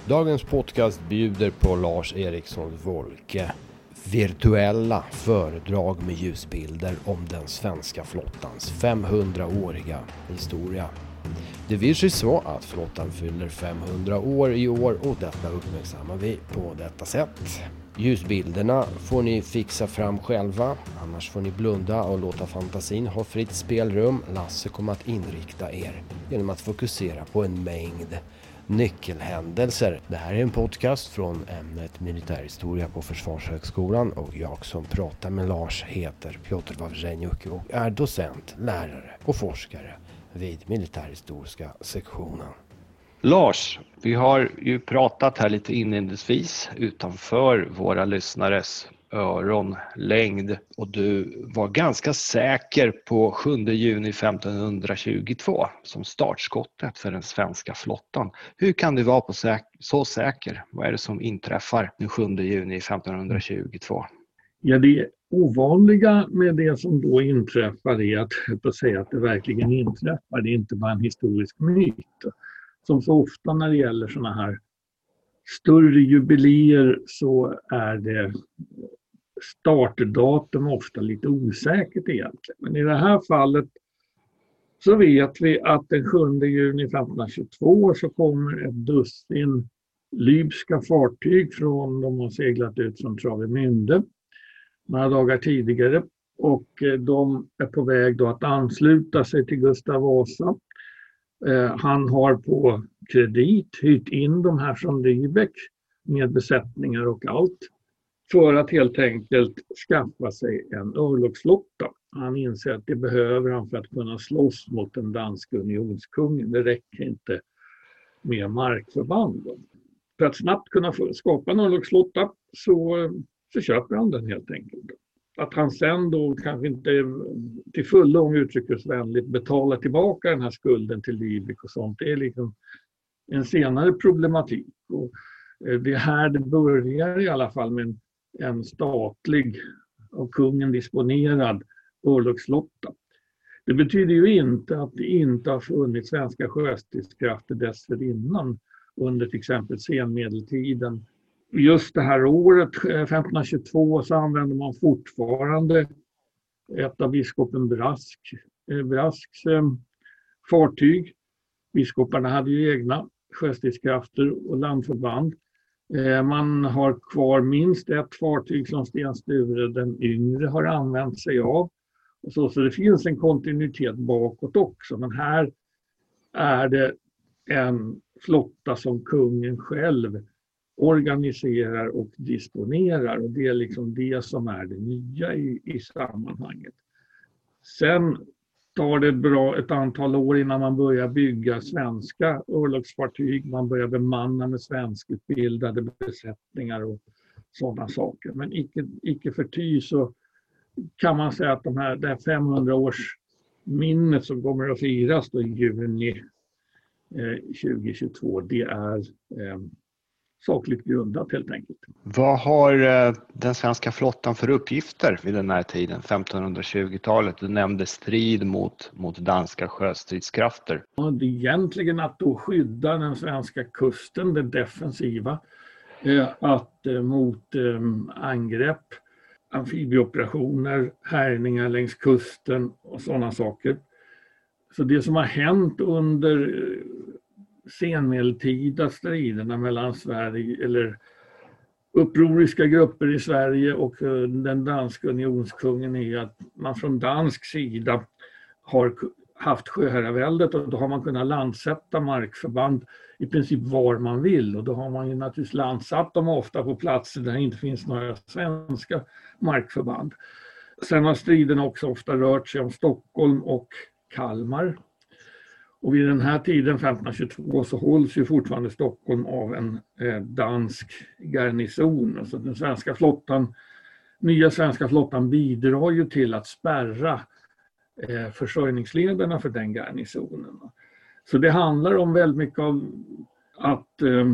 Dagens podcast bjuder på Lars Erikssons Wolke. Virtuella föredrag med ljusbilder om den svenska flottans 500-åriga historia. Det vill sig så att flottan fyller 500 år i år och detta uppmärksammar vi på detta sätt. Ljusbilderna får ni fixa fram själva, annars får ni blunda och låta fantasin ha fritt spelrum. Lasse kommer att inrikta er genom att fokusera på en mängd nyckelhändelser. Det här är en podcast från ämnet militärhistoria på Försvarshögskolan och jag som pratar med Lars heter Piotr Wawrzeniuk och är docent, lärare och forskare vid militärhistoriska sektionen. Lars, vi har ju pratat här lite inledningsvis utanför våra lyssnares öronlängd och du var ganska säker på 7 juni 1522 som startskottet för den svenska flottan. Hur kan du vara så säker? Vad är det som inträffar den 7 juni 1522? Ja, det ovanliga med det som då inträffar är att säga att det verkligen inträffar. Det är inte bara en historisk myt. Som så ofta när det gäller sådana här större jubileer så är det startdatum ofta lite osäkert egentligen. Men i det här fallet så vet vi att den 7 juni 1522 så kommer ett dussin libyska fartyg från, de har seglat ut från Travemünde några dagar tidigare och de är på väg då att ansluta sig till Gustav Vasa. Han har på kredit hyrt in de här från Lübeck med besättningar och allt för att helt enkelt skaffa sig en örlogsflotta. Han inser att det behöver han för att kunna slåss mot den danska unionskungen. Det räcker inte med markförband. För att snabbt kunna skapa en örlogsflotta så köper han den helt enkelt. Att han sen då kanske inte till fullo, om uttrycksvänligt, betalar tillbaka den här skulden till Lübeck och sånt. Det är liksom en senare problematik. Och det är här det börjar i alla fall med en statlig och kungen disponerad örlogsflotta. Det betyder ju inte att det inte har funnits svenska sjöstridskrafter dessförinnan under till exempel senmedeltiden. Just det här året, 1522, så använder man fortfarande ett av biskopen Brasks fartyg. Biskoparna hade ju egna sjöstridskrafter och landförband. Man har kvar minst ett fartyg som Sten Sture den yngre har använt sig av. Och så det finns en kontinuitet bakåt också. Men här är det en flotta som kungen själv organiserar och disponerar. Och det är liksom det som är det nya i sammanhanget. Sen tar det ett antal år innan man börjar bygga svenska örlogsfartyg. Man börjar bemanna med svenskutbildade besättningar och sådana saker. Men icke förty så kan man säga att det här 500-årsminnet som kommer att firas då i juni 2022, det är sakligt grundat helt enkelt. Vad har den svenska flottan för uppgifter vid den här tiden, 1520-talet? Du nämnde strid mot danska sjöstridskrafter. Ja, det är egentligen att då skydda den svenska kusten, det defensiva, mot angrepp, amfibieoperationer, härjningar längs kusten och sådana saker. Så det som har hänt under senmedeltida striderna mellan Sverige eller upproriska grupper i Sverige och den danska unionskungen är att man från dansk sida har haft sjöherraväldet och då har man kunnat landsätta markförband i princip var man vill och då har man ju naturligtvis landsatt dem ofta på platser där det inte finns några svenska markförband. Sen har striden också ofta rört sig om Stockholm och Kalmar. Och vid den här tiden, 1522, så hålls ju fortfarande Stockholm av en dansk garnison. Alltså den svenska flottan, nya svenska flottan bidrar ju till att spärra försörjningslederna för den garnisonen. Så det handlar om väldigt mycket om att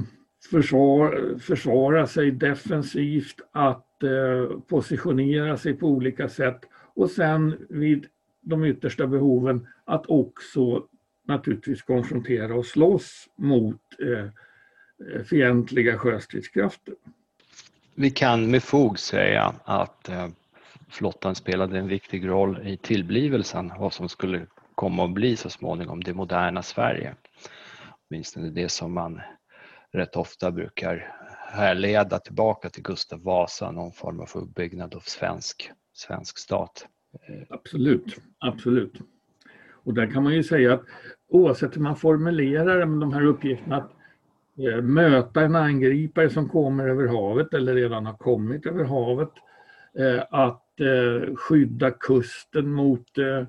försvara sig defensivt, att positionera sig på olika sätt och sen vid de yttersta behoven att också naturligtvis konfrontera och slåss mot fientliga sjöstridskrafter. Vi kan med fog säga att flottan spelade en viktig roll i tillblivelsen vad som skulle komma att bli så småningom det moderna Sverige. Åtminstone det som man rätt ofta brukar härleda tillbaka till Gustav Vasa, någon form av uppbyggnad av svensk stat. Absolut. Och där kan man ju säga att oavsett hur man formulerar de här uppgifterna, att möta en angripare som kommer över havet eller redan har kommit över havet, att skydda kusten mot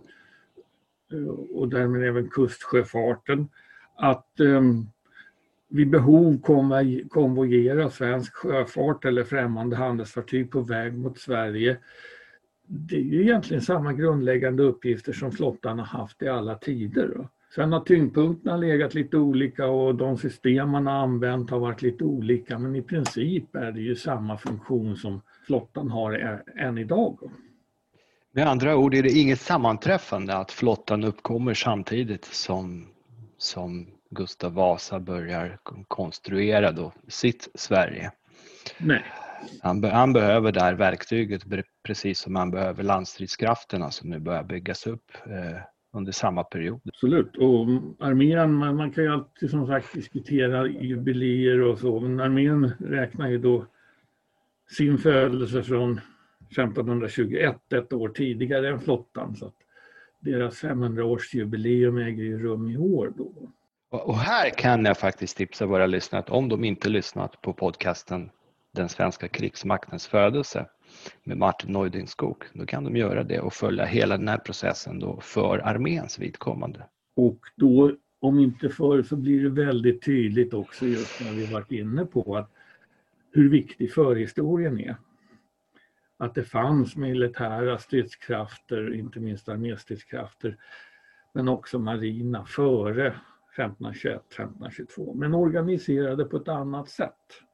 och därmed även kustsjöfarten, att vid behov konvojera svensk sjöfart eller främmande handelsfartyg på väg mot Sverige. Det är ju egentligen samma grundläggande uppgifter som flottan har haft i alla tider. Sen har tyngdpunkterna legat lite olika och de system man har använt har varit lite olika, men i princip är det ju samma funktion som flottan har än idag. Med andra ord är det inget sammanträffande att flottan uppkommer samtidigt som Gustav Vasa börjar konstruera då sitt Sverige. Nej. Han behöver där verktyget precis som han behöver landstridskrafterna som nu börjar byggas upp under samma period. Absolut, och armén, man kan ju alltid som sagt diskutera jubileer och så, men armén räknar ju då sin födelse från 1521, ett år tidigare än flottan, så att deras 500-årsjubileum äger ju rum i år då. Och här kan jag faktiskt tipsa våra lyssnare att om de inte lyssnat på podcasten Den svenska krigsmaktens födelse med Martin Neudingskog, då kan de göra det och följa hela den här processen då för arméns vidkommande. Och då, om inte förr, så blir det väldigt tydligt också just när vi varit inne på att hur viktig förhistorien är. Att det fanns militära stridskrafter, inte minst arméstridskrafter, men också marina före 1521-1522, men organiserade på ett annat sätt.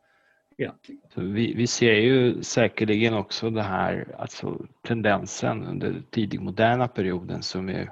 Vi ser ju säkerligen också det här, alltså tendensen under den tidig moderna perioden som är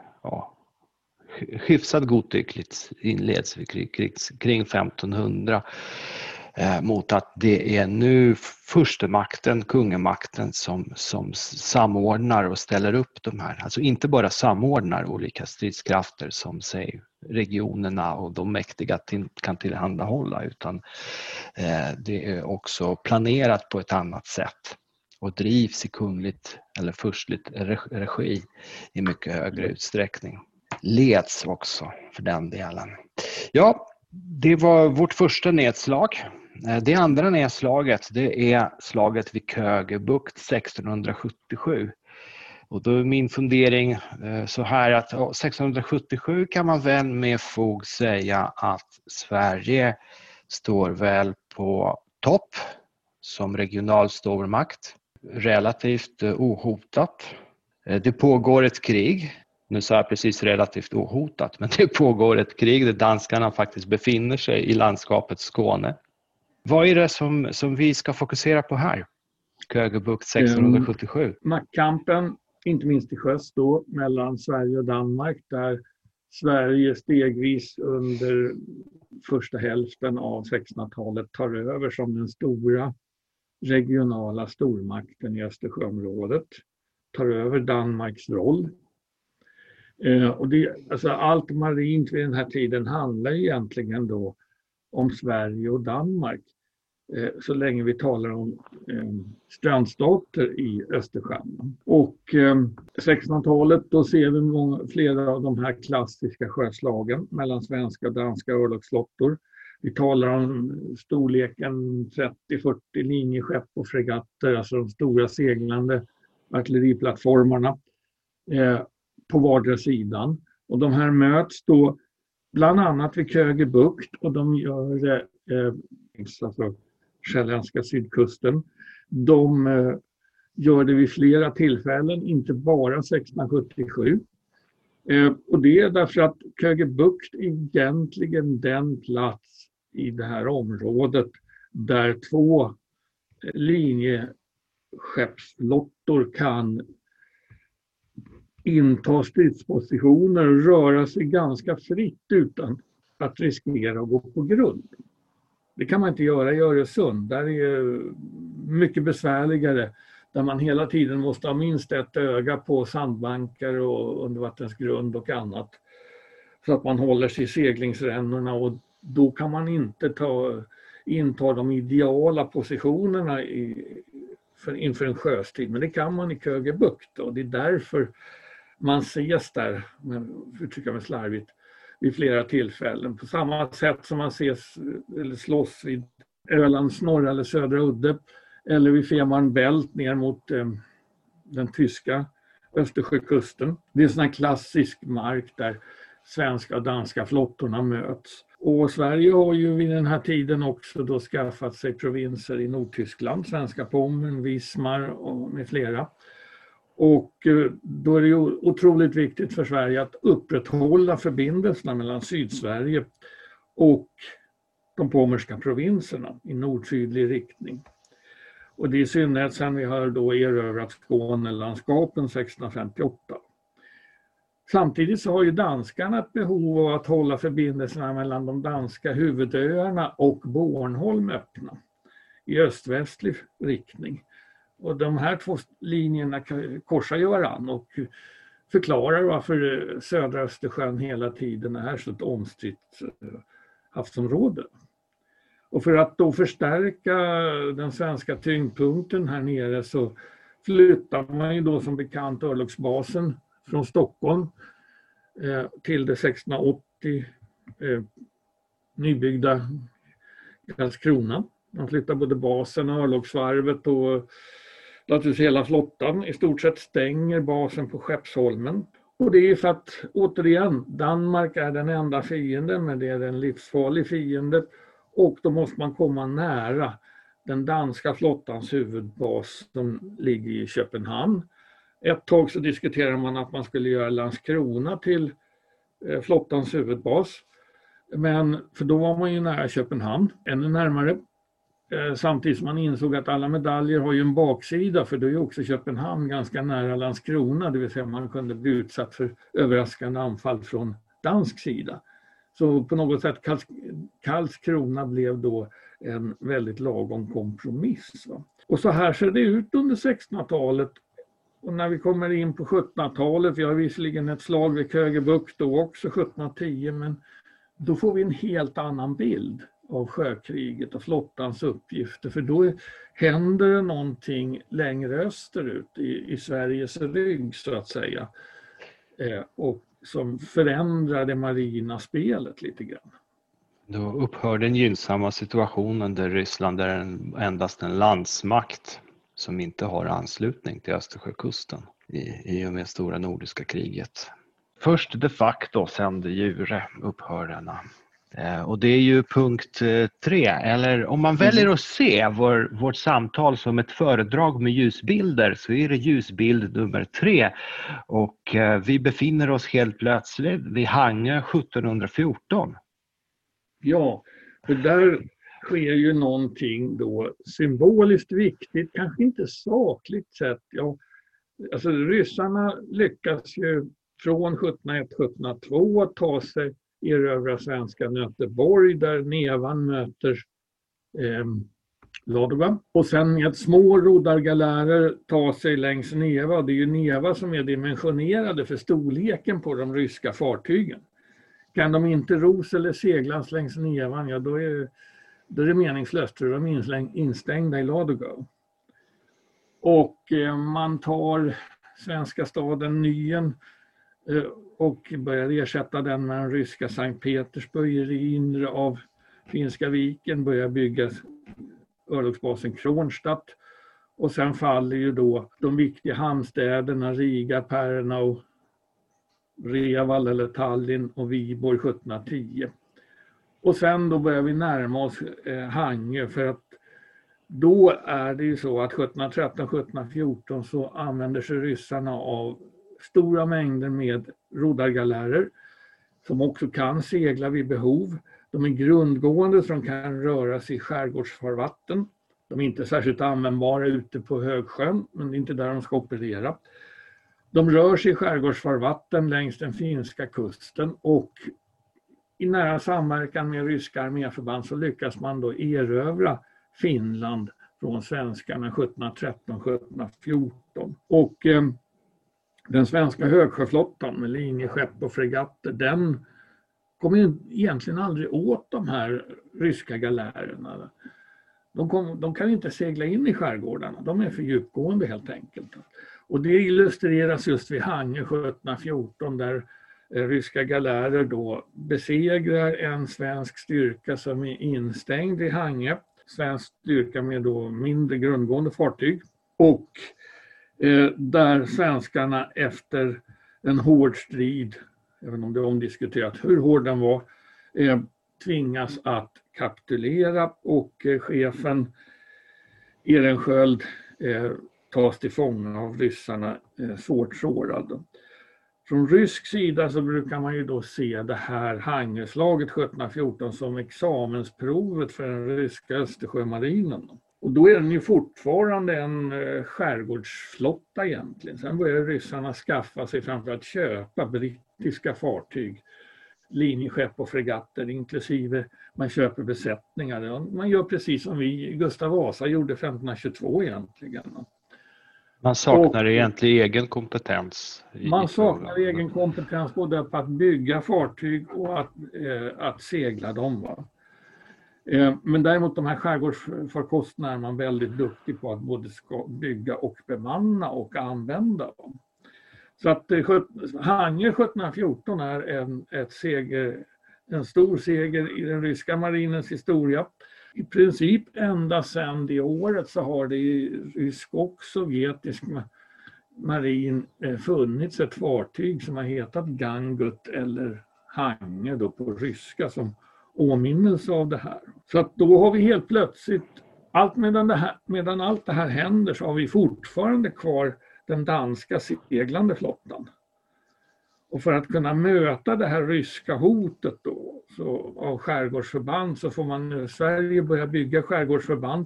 hyfsat godtyckligt inleds kring 1500 mot att det är nu furstemakten, kungamakten som samordnar och ställer upp de här, alltså inte bara samordnar olika stridskrafter som säg regionerna och de mäktiga kan tillhandahålla, utan det är också planerat på ett annat sätt och drivs i kungligt eller furstligt regi i mycket högre utsträckning. Leds också för den delen. Ja, det var vårt första nedslag. Det andra nedslaget, det är slaget vid Kögebukt 1677. Och då är min fundering så här att 1677 kan man väl med fog säga att Sverige står väl på topp som regional stormakt, relativt ohotat. Det pågår ett krig, nu sa jag precis relativt ohotat, men det pågår ett krig där danskarna faktiskt befinner sig i landskapet Skåne. Vad är det som vi ska fokusera på här? Kögebukt 1677. Maktkampen, inte minst i sjöss då, mellan Sverige och Danmark, där Sverige stegvis under första hälften av 1600-talet tar över som den stora regionala stormakten i Östersjöområdet, tar över Danmarks roll. Och alltså allt marint vid den här tiden handlar egentligen då om Sverige och Danmark, så länge vi talar om strandstater i Östersjön. Och 1600-talet, då ser vi flera av de här klassiska sjöslagen mellan svenska och danska örlogsflottor. Vi talar om storleken 30-40 linjeskepp och fregatter, alltså de stora seglande artilleriplattformarna på vardera sidan. Och de här möts då bland annat vid Kögebukt, och de gör det alltså själländska sydkusten. De gör det vid flera tillfällen, inte bara 1677. Och det är därför att Kögebukt är egentligen den plats i det här området där två linjeskeppsflottor kan inta stridspositioner och röra sig ganska fritt utan att riskera att gå på grund. Det kan man inte göra i Öresund. Där är det mycket besvärligare. Där man hela tiden måste ha minst ett öga på sandbankar och undervattensgrund och annat. Så att man håller sig i seglingsrännorna, och då kan man inte inta de ideala positionerna inför en sjöstrid. Men det kan man i Kögebukt, och det är därför man ses där, för att uttrycka mig slarvigt, vid flera tillfällen. På samma sätt som man ses eller slåss vid Ölands norra eller södra udde, eller vid Fehmarn Bält ner mot den tyska Östersjökusten. Det är sån här klassisk mark där svenska och danska flottorna möts. Och Sverige har ju vid den här tiden också då skaffat sig provinser i Nordtyskland, svenska Pommern, Wismar och med flera. Och då är det ju otroligt viktigt för Sverige att upprätthålla förbindelserna mellan Sydsverige och de pommerska provinserna i nord-sydlig riktning. Och det är i synnerhet sedan vi har då erövrat Skånelandskapen 1658. Samtidigt så har ju danskarna ett behov av att hålla förbindelserna mellan de danska huvudöarna och Bornholm öppna i öst-västlig riktning. Och de här två linjerna korsar ju varann och förklarar varför södra Östersjön hela tiden är så ett omstritt havsområde. Och för att då förstärka den svenska tyngdpunkten här nere så flyttar man ju då som bekant örlogsbasen från Stockholm till det 1680 nybyggda Karlskrona. Man flyttar både basen och örlogsvarvet, och naturligtvis hela flottan i stort sett stänger basen på Skeppsholmen. Och det är för att, återigen, Danmark är den enda fienden, men det är en livsfarlig fiende. Och då måste man komma nära den danska flottans huvudbas som ligger i Köpenhamn. Ett tag så diskuterar man att man skulle göra Landskrona till flottans huvudbas. Men för då var man ju nära Köpenhamn, ännu närmare. Samtidigt som man insåg att alla medaljer har ju en baksida, för då är ju också Köpenhamn ganska nära Landskrona, det vill säga man kunde bli utsatt för överraskande anfall från dansk sida. Så på något sätt Karlskrona blev då en väldigt lagom kompromiss. Va? Och så här ser det ut under 1600-talet. Och när vi kommer in på 1700-talet, vi har visserligen ett slag vid Kögebukt då också 1710, men då får vi en helt annan bild av sjökriget och flottans uppgifter. För då händer det någonting längre österut i Sveriges rygg så att säga. Och som förändrar det marina spelet lite grann. Då upphör den gynnsamma situationen där Ryssland är endast en landsmakt som inte har anslutning till Östersjökusten i och med stora nordiska kriget. Först de facto, sen de jure upphör denna. Och det är ju punkt 3, eller om man väljer att se vårt samtal som ett föredrag med ljusbilder så är det ljusbild nummer 3. Och vi befinner oss helt plötsligt vid Hangö 1714. Ja, för där sker ju någonting då symboliskt viktigt, kanske inte sakligt sett. Ja, alltså ryssarna lyckas ju från 1701-1702 ta sig erövra svenska Nöteborg där Nevan möter Ladoga. Och sen med små roddargalärer ta sig längs Neva. Det är ju Neva som är dimensionerade för storleken på de ryska fartygen. Kan de inte ros eller seglas längs Nevan, ja då är det meningslöst för de är instängda i Ladoga. Och man tar svenska staden Nyen och börjar ersätta den med den ryska Sankt Petersburg i det inre av Finska viken, börjar bygga örlogsbasen Kronstadt. Och sen faller ju då de viktiga hamnstäderna Riga, Pärnau, Reval eller Tallinn och Viborg 1710. Och sen då börjar vi närma oss Hangö, för att då är det ju så att 1713-1714 så använder sig ryssarna av stora mängder med roddargalärer som också kan segla vid behov. De är grundgående så de kan röra sig i skärgårdsfarvatten. De är inte särskilt användbara ute på högsjön, men det är inte där de ska operera. De rör sig i skärgårdsfarvatten längs den finska kusten och i nära samverkan med ryska arméförband så lyckas man då erövra Finland från svenskarna 1713-1714. Och den svenska högsjöflottan med linjeskepp och fregatter, den kommer ju egentligen aldrig åt de här ryska galärerna. De kan inte segla in i skärgårdarna, de är för djupgående helt enkelt. Och det illustreras just vid Hangö 1714 där ryska galärer då besegrar en svensk styrka som är instängd i Hangö. Svensk styrka med då mindre grundgående fartyg. Och där svenskarna efter en hård strid, även om det är omdiskuterat hur hård den var, tvingas att kapitulera och chefen Ehrenskiöld tas till fånga av ryssarna svårt sårad. Från rysk sida så brukar man ju då se det här Hangöslaget 1714 som examensprovet för den ryska Östersjömarinen. Och då är den ju fortfarande en skärgårdsflotta egentligen. Sen börjar ryssarna skaffa sig framförallt köpa brittiska fartyg, linjeskepp och fregatter inklusive man köper besättningar. Man gör precis som Gustav Vasa gjorde 1522 egentligen. Man saknar egentligen egen kompetens. Man saknar egen kompetens både på att bygga fartyg och att segla dem. Va? Men däremot de här skärgårdsfarkosterna är man väldigt duktig på att både bygga och bemanna och använda dem. Så att Hangö 1714 är en stor seger i den ryska marinens historia. I princip ända sedan det året så har det i rysk och sovjetisk marin funnits ett fartyg som har hetat Gangut eller Hangö då på ryska som åminnelse av det här. Så att då har vi helt plötsligt, medan allt det här händer så har vi fortfarande kvar den danska seglande flottan. Och för att kunna möta det här ryska hotet då, så av skärgårdsförband så får man nu i Sverige börja bygga skärgårdsförband.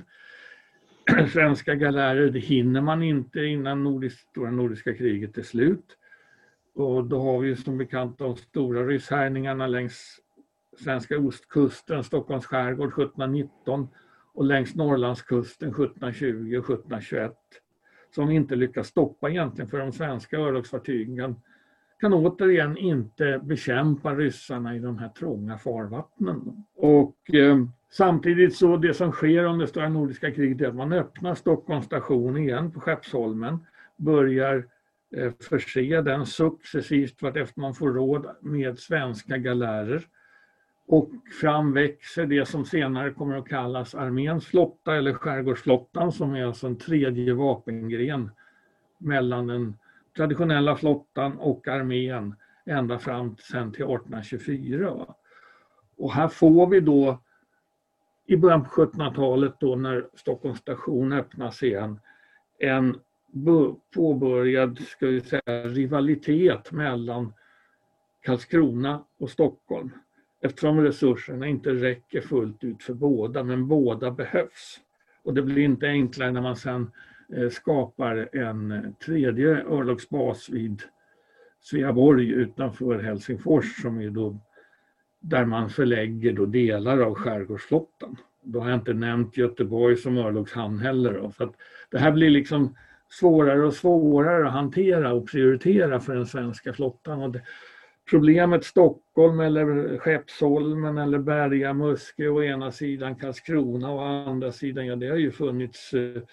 Svenska galärer, det hinner man inte innan stora nordiska kriget är slut. Och då har vi ju som bekant de stora rysshärjningarna längs svenska ostkusten, Stockholms skärgård 1719 och längs Norrlandskusten 1720 och 1721. Som inte lyckas stoppa egentligen för de svenska örlogsfartygen kan återigen inte bekämpa ryssarna i de här trånga farvattnen. Och samtidigt så det som sker under stora nordiska kriget är att man öppnar Stockholms station igen på Skeppsholmen, börjar förse den successivt vartefter man får råd med svenska galärer. Och framväxer det som senare kommer att kallas arméns flotta eller skärgårdsflottan som är alltså en tredje vapengren mellan den traditionella flottan och armén ända fram sen till 1824. Och här får vi då i början på 1700-talet då när Stockholms station öppnas igen en påbörjad ska vi säga, rivalitet mellan Karlskrona och Stockholm. Eftersom resurserna inte räcker fullt ut för båda, men båda behövs. Och det blir inte enklare när man sen skapar en tredje örlogsbas vid Sveaborg utanför Helsingfors som är då där man förlägger då delar av skärgårdsflottan. Då har jag inte nämnt Göteborg som örlogshamn heller. Då. Så att det här blir liksom svårare och svårare att hantera och prioritera för den svenska flottan. Och problemet Stockholm eller Skeppsholmen eller Berga, Muskö å ena sidan, Karlskrona å andra sidan, ja det har ju funnits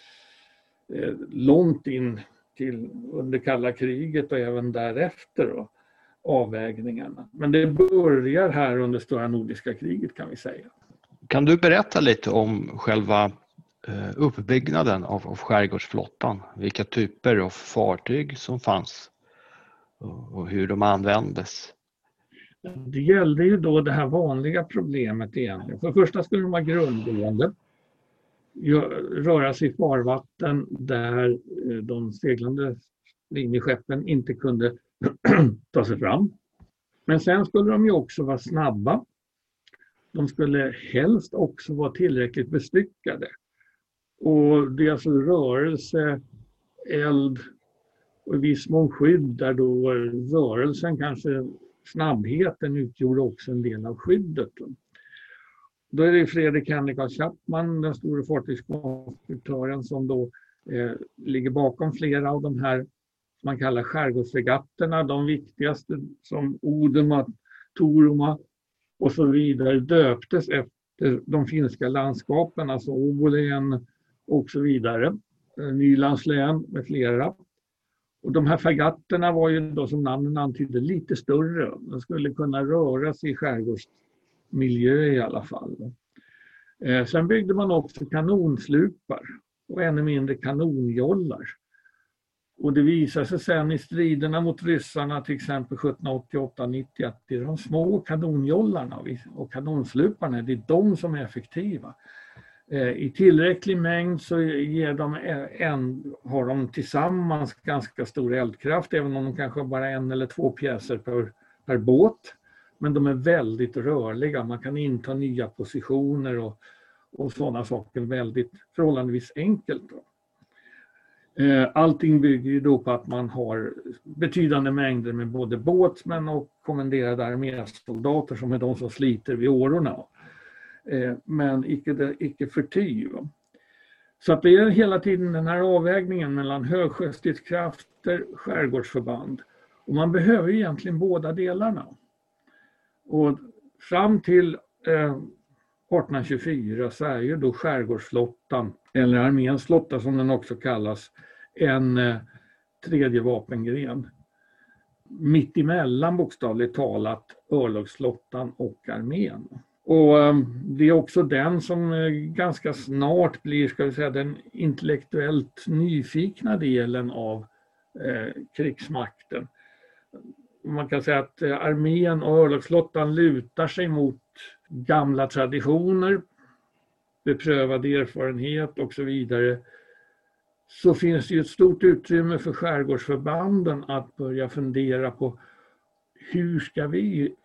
långt in till under kalla kriget och även därefter då, avvägningarna. Men det börjar här under stora nordiska kriget kan vi säga. Kan du berätta lite om själva uppbyggnaden av skärgårdsflottan? Vilka typer av fartyg som fanns och hur de användes? Det gällde ju då det här vanliga problemet egentligen. För det första skulle de vara grundgående. Röra sig i farvatten där de seglande linjeskeppen inte kunde ta sig fram. Men sen skulle de ju också vara snabba. De skulle helst också vara tillräckligt bestyckade. Och det är alltså rörelse, eld och i viss mån skydd där då rörelsen kanske snabbheten utgjorde också en del av skyddet. Då är det Fredrik Henrik af Chapman, den stora fartygskonstruktören, som då ligger bakom flera av de här man kallar skärgårdsfregatterna. De viktigaste som Oudema, Turuma och så vidare döptes efter de finska landskapen, alltså Åbolän och så vidare, Nylands län med flera. Och de här fregatterna var ju då, som namnen antydde, lite större. De skulle kunna röra sig i skärgårdsmiljö i alla fall. Sen byggde man också kanonslupar och ännu mindre kanonjollar. Och det visade sig sen i striderna mot ryssarna, till exempel 1788-90, att det är de små kanonjollarna och kanonsluparna, det är de som är effektiva. I tillräcklig mängd så har de tillsammans ganska stor eldkraft, även om de kanske har bara 1 eller 2 pjäser per båt. Men de är väldigt rörliga, man kan inta nya positioner och sådana saker väldigt förhållandevis enkelt. Allting bygger ju då på att man har betydande mängder med både båtsmän och kommenderade armésoldater som är de som sliter vid årorna. Men icke förty. Så att det är hela tiden den här avvägningen mellan högsjöstridskrafter, skärgårdsförband. Och man behöver egentligen båda delarna. Och fram till 1824 så är ju då skärgårdsflottan, eller arméns flotta som den också kallas, en tredje vapengren. Mitt emellan bokstavligt talat örlogsflottan och armén. Och det är också den som ganska snart blir, ska vi säga, den intellektuellt nyfikna delen av krigsmakten. Man kan säga att armén och örlogsflottan lutar sig mot gamla traditioner, beprövad erfarenhet och så vidare. Så finns det ju ett stort utrymme för skärgårdsförbanden att börja fundera på hur ska vi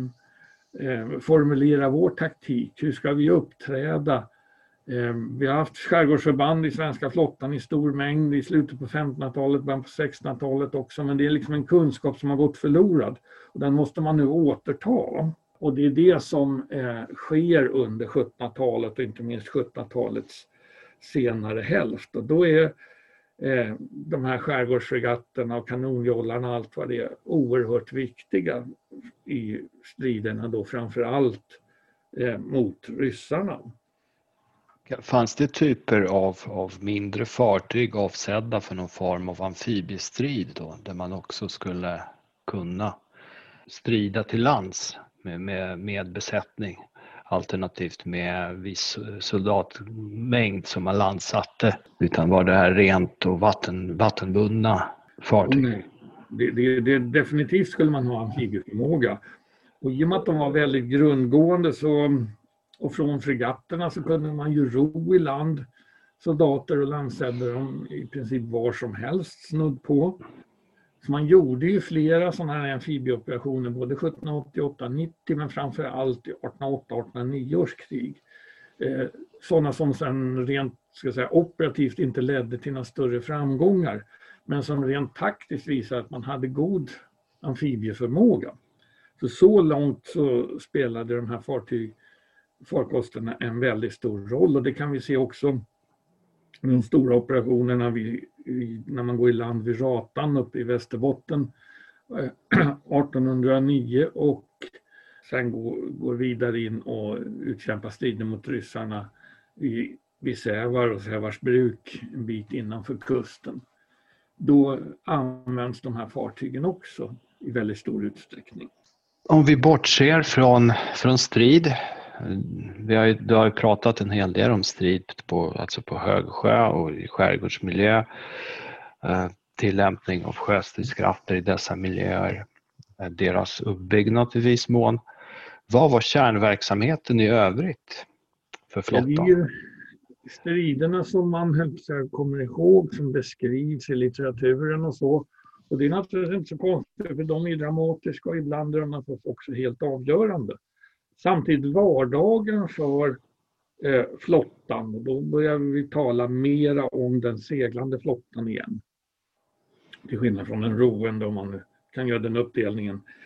formulera vår taktik, hur ska vi uppträda. Vi har haft skärgårdsförband i svenska flottan i stor mängd i slutet på 1500-talet, början på 1600-talet också, men det är liksom en kunskap som har gått förlorad och den måste man nu återta. Och det är det som sker under 1700-talet och inte minst 1700-talets senare hälft. Och då är de här skärgårdsfregatterna och kanonjollarna, allt vad det är, oerhört viktiga i striderna då framför allt mot ryssarna. Fanns det typer av mindre fartyg avsedda för någon form av amfibiestrid då, där man också skulle kunna strida till lands med besättning, alternativt med viss soldatmängd som man landsatte, utan var det här rent och vattenbundna fartyg? Nej, det definitivt skulle man ha amfibieförmåga. Och i och med att de var väldigt grundgående och från fregatterna så kunde man ju ro i land soldater och landsändare dem i princip var som helst snudd på. Så man gjorde ju flera sådana här amfibieoperationer både 1788-90 men framför allt i 1808-1809 års krig. Sådana som sen rent operativt inte ledde till några större framgångar men som rent taktiskt visade att man hade god amfibieförmåga. Så långt så spelade de här farkosterna en väldigt stor roll och det kan vi se också i de stora operationerna när man går i land vid Ratan uppe i Västerbotten 1809 och sen går vidare in och utkämpar striden mot ryssarna vid Sävar och Sävarsbruk en bit innanför kusten. Då används de här fartygen också i väldigt stor utsträckning. Om vi bortser från strid, du har ju pratat en hel del om strid på högsjö och i skärgårdsmiljö, tillämpning av sjöstridskrafter i dessa miljöer, deras uppbyggnad i viss mån. Vad var kärnverksamheten i övrigt för flottan? Striderna som man kommer ihåg, som beskrivs i litteraturen och så. Och det är naturligtvis inte så konstigt, för de är dramatiska och ibland är de också helt avgörande. Samtidigt vardagen för flottan, då börjar vi tala mera om den seglande flottan igen. Till skillnad från den roende, om man kan göra den uppdelningen.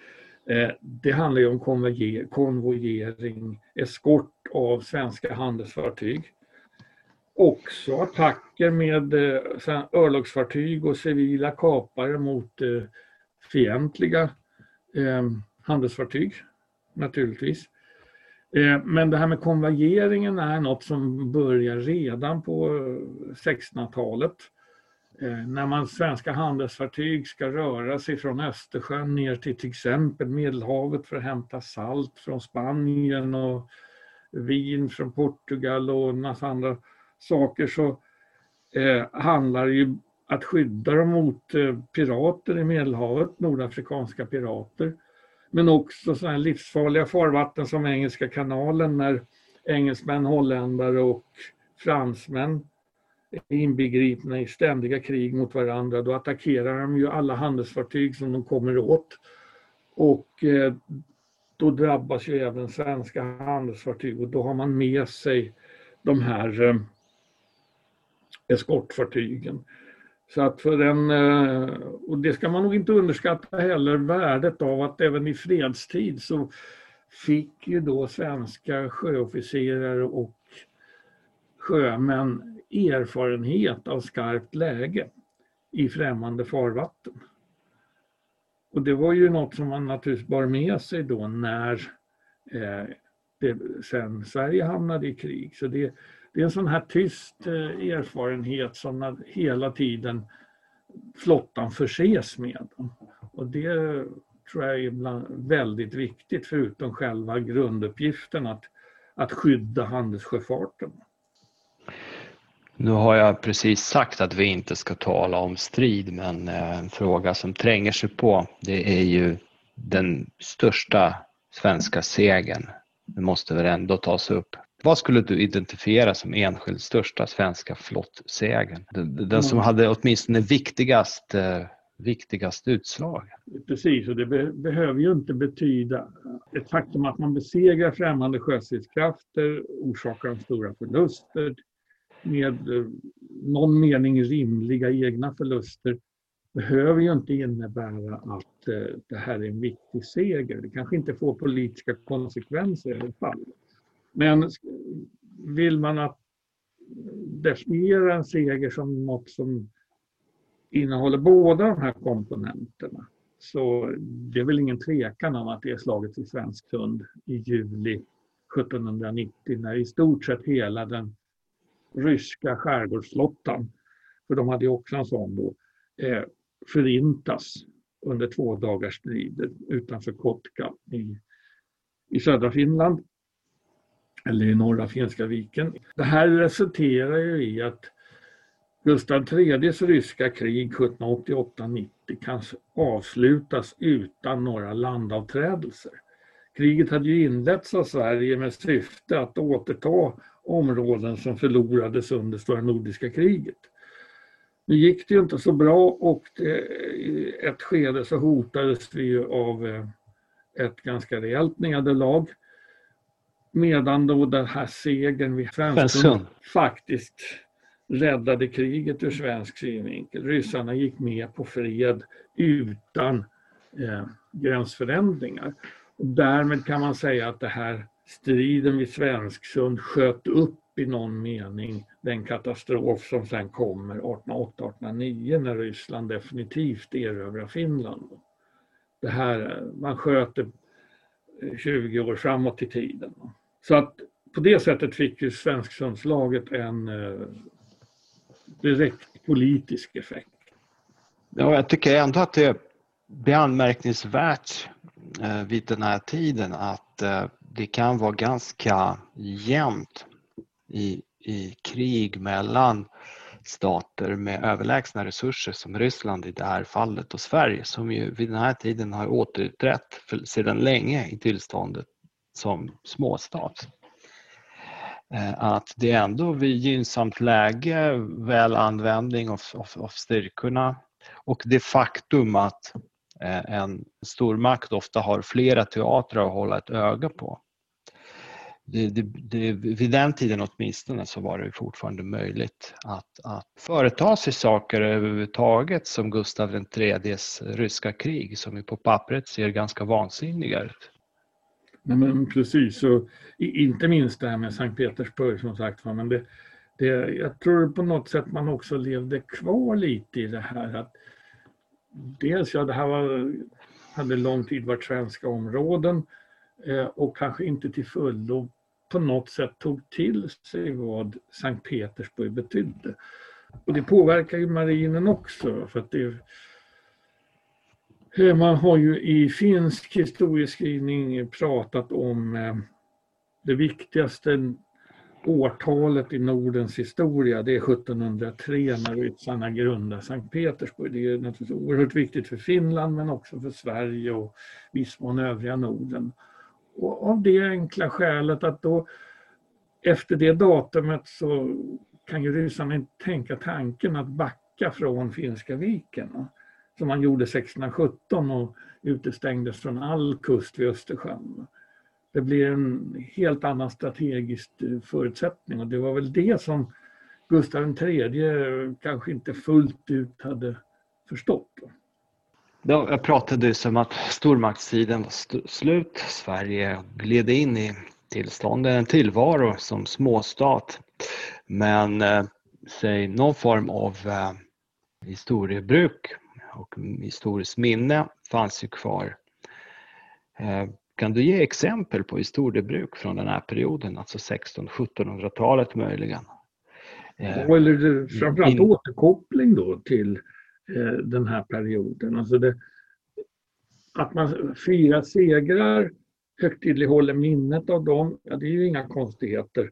Det handlar ju om konvojering, eskort av svenska handelsfartyg. Också attacker med örlogsfartyg och civila kapare mot fientliga handelsfartyg naturligtvis. Men det här med konvojeringen är något som börjar redan på 1600-talet. När svenska handelsfartyg ska röra sig från Östersjön ner till exempel Medelhavet för att hämta salt från Spanien och vin från Portugal och en massa andra saker, så handlar det ju att skydda dem mot pirater i Medelhavet, nordafrikanska pirater. Men också sådana livsfarliga farvatten som Engelska kanalen, när engelsmän, holländare och fransmän är inbegripna i ständiga krig mot varandra. Då attackerar de ju alla handelsfartyg som de kommer åt. Och då drabbas ju även svenska handelsfartyg, och då har man med sig de här eskortfartygen. Så att för och det ska man nog inte underskatta heller, värdet av att även i fredstid så fick ju då svenska sjöofficerare och sjömän erfarenhet av skarpt läge i främmande farvatten. Och det var ju något som man naturligtvis bar med sig då när sen Sverige hamnade i krig. Så det är en sån här tyst erfarenhet som hela tiden flottan förses med. Och det tror jag är väldigt viktigt, förutom själva grunduppgiften att skydda handelssjöfarten. Nu har jag precis sagt att vi inte ska tala om strid, men en fråga som tränger sig på, det är ju den största svenska segern. Det måste väl ändå tas upp. Vad skulle du identifiera som enskild största svenska flottsegern? Den som hade åtminstone viktigast utslag. Precis, och det behöver ju inte betyda ett faktum att man besegrar främmande sjöstridskrafter, orsakar stora förluster med någon mening rimliga egna förluster, behöver ju inte innebära att det här är en viktig seger. Det kanske inte får politiska konsekvenser i alla fall. Men vill man att definiera en seger som något som innehåller båda de här komponenterna, så det är väl ingen tvekan om att det är slaget i Svensksund i juli 1790, när i stort sett hela den ryska skärgårdsflottan, för de hade ju också en sån då, förintas under 2 dagars strider utanför Kotka i södra Finland, eller i norra Finska viken. Det här resulterar ju i att Gustav III:s ryska krig 1788-90 kan avslutas utan några landavträdelser. Kriget hade ju inletts av Sverige med syfte att återta områden som förlorades under Stora Nordiska kriget. Nu gick det ju inte så bra, och i ett skede så hotades vi ju av ett ganska rejält nederlag. Medan då den här segern vid Svensksund faktiskt räddade kriget ur svensk synvinkel. Ryssarna gick med på fred utan gränsförändringar. Och därmed kan man säga att det här striden vid Svensksund sköt upp i någon mening den katastrof som sen kommer 1808-1809 när Ryssland definitivt erövrar Finland. Det här, man sköt 20 år framåt i tiden. Så att på det sättet fick ju Svensksundslaget en direkt politisk effekt. Ja, jag tycker ändå att det blir anmärkningsvärt vid den här tiden att det kan vara ganska jämnt i krig mellan stater med överlägsna resurser som Ryssland i det här fallet och Sverige, som ju vid den här tiden har återutträtt sedan länge i tillståndet som småstat. Att det ändå vid gynnsamt läge, väl användning av styrkorna och det faktum att en stormakt ofta har flera teatrar att hålla ett öga på, vid den tiden åtminstone så var det fortfarande möjligt att företa sig saker överhuvudtaget som Gustav III:s ryska krig, som ju på pappret ser ganska vansinniga ut. Nej, men precis, och inte minst det här med Sankt Petersburg som sagt, men jag tror på något sätt man också levde kvar lite i det här att dels det här hade lång tid varit svenska områden och kanske inte till fullo på något sätt tog till sig vad Sankt Petersburg betydde. Och det påverkar ju marinen också, för att man har ju i finsk historieskrivning pratat om det viktigaste årtalet i Nordens historia, det är 1703 när ryssarna grundar Sankt Petersburg. Det är naturligtvis oerhört viktigt för Finland men också för Sverige och viss mån övriga Norden. Och av det enkla skälet att då efter det datumet så kan ju ryssarna inte tänka tanken att backa från Finska viken, som man gjorde 1617 och utestängdes från all kust vid Östersjön. Det blir en helt annan strategisk förutsättning och det var väl det som Gustav III kanske inte fullt ut hade förstått. Jag pratade som att stormaktstiden var slut. Sverige gled in i en tillvaro som småstat. Men säg någon form av historiebruk och historiskt minne fanns ju kvar. Kan du ge exempel på historiebruk från den här perioden, alltså 1600-1700-talet möjligen? Eller framförallt återkoppling då till den här perioden. Alltså att man firar segrar, högtidlighåller minnet av dem, ja, det är ju inga konstigheter.